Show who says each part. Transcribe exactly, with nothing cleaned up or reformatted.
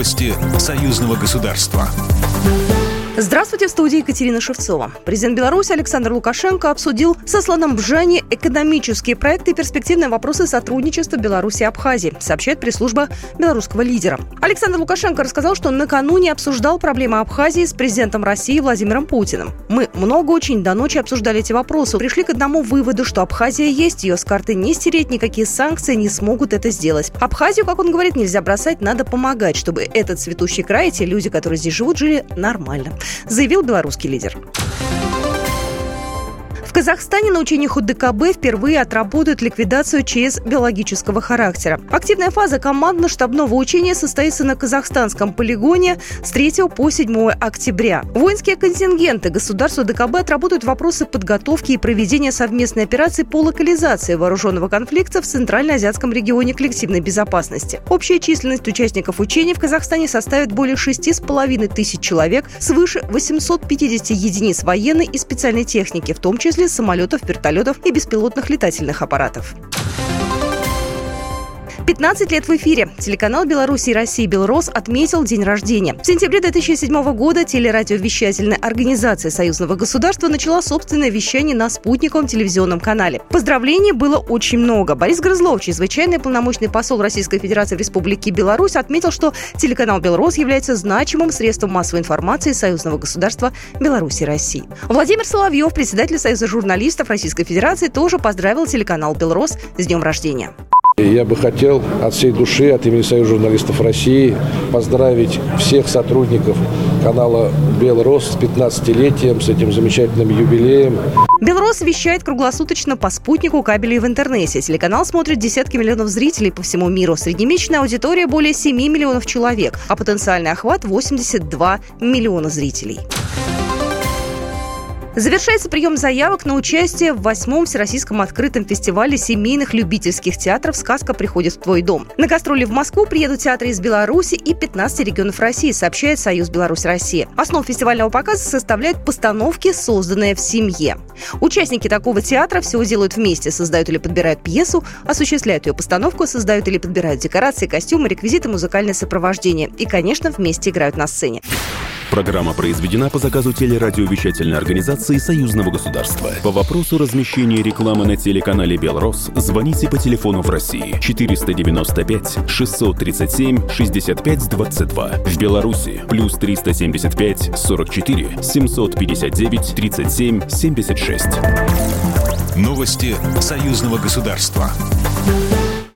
Speaker 1: Новости союзного государства.
Speaker 2: Здравствуйте, в студии Екатерина Шевцова. Президент Беларуси Александр Лукашенко обсудил со Сланом Бжани экономические проекты и перспективные вопросы сотрудничества Беларуси и Абхазии, сообщает пресс-служба белорусского лидера. Александр Лукашенко рассказал, что накануне обсуждал проблемы Абхазии с президентом России Владимиром Путиным. Мы много очень до ночи обсуждали эти вопросы, пришли к одному выводу, что Абхазия есть, ее с карты не стереть, никакие санкции не смогут это сделать. Абхазию, как он говорит, нельзя бросать, надо помогать, чтобы этот цветущий край, те люди, которые здесь живут, жили нормально, заявил белорусский лидер. В Казахстане на учениях УДКБ впервые отработают ликвидацию ЧС биологического характера. Активная фаза командно-штабного учения состоится на казахстанском полигоне с третьего по седьмое октября. Воинские контингенты государства УДКБ отработают вопросы подготовки и проведения совместной операции по локализации вооруженного конфликта в Центральноазиатском регионе коллективной безопасности. Общая численность участников учений в Казахстане составит более шести с половиной тысяч человек, свыше восемьсот пятьдесят единиц военной и специальной техники, в том числе самолетов, вертолетов и беспилотных летательных аппаратов. пятнадцать лет в эфире. Телеканал Беларуси и России «Белрос» отметил день рождения. В сентябре две тысячи седьмого года телерадиовещательная организация союзного государства начала собственное вещание на спутниковом телевизионном канале. Поздравлений было очень много. Борис Грызлов, чрезвычайный полномочный посол Российской Федерации в Республике Беларусь, отметил, что телеканал «Белрос» является значимым средством массовой информации союзного государства Беларуси и России. Владимир Соловьев, председатель Союза журналистов Российской Федерации, тоже поздравил телеканал «Белрос» с днем рождения.
Speaker 3: Я бы хотел от всей души, от имени Союза журналистов России поздравить всех сотрудников канала «Белрос» с пятнадцатилетием, с этим замечательным юбилеем.
Speaker 2: «Белрос» вещает круглосуточно по спутнику, кабелю и в интернете. Телеканал смотрит десятки миллионов зрителей по всему миру. Среднемесячная аудитория более семи миллионов человек, а потенциальный охват восемьдесят два миллиона зрителей. Завершается прием заявок на участие в восьмом Всероссийском открытом фестивале семейных любительских театров «Сказка приходит в твой дом». На гастроли в Москву приедут театры из Беларуси и пятнадцати регионов России, сообщает Союз Беларусь-Россия. Основу фестивального показа составляют постановки, созданные в семье. Участники такого театра все делают вместе, создают или подбирают пьесу, осуществляют ее постановку, создают или подбирают декорации, костюмы, реквизиты, музыкальное сопровождение и, конечно, вместе играют на сцене.
Speaker 4: Программа произведена по заказу телерадиовещательной организации союзного государства. По вопросу размещения рекламы на телеканале «Белрос» звоните по телефону в России четыреста девяносто пять шестьсот тридцать семь шестьдесят пять двадцать два. В Беларуси плюс триста семьдесят пять сорок четыре семьсот пятьдесят девять тридцать семь семьдесят шесть.
Speaker 1: Новости союзного государства.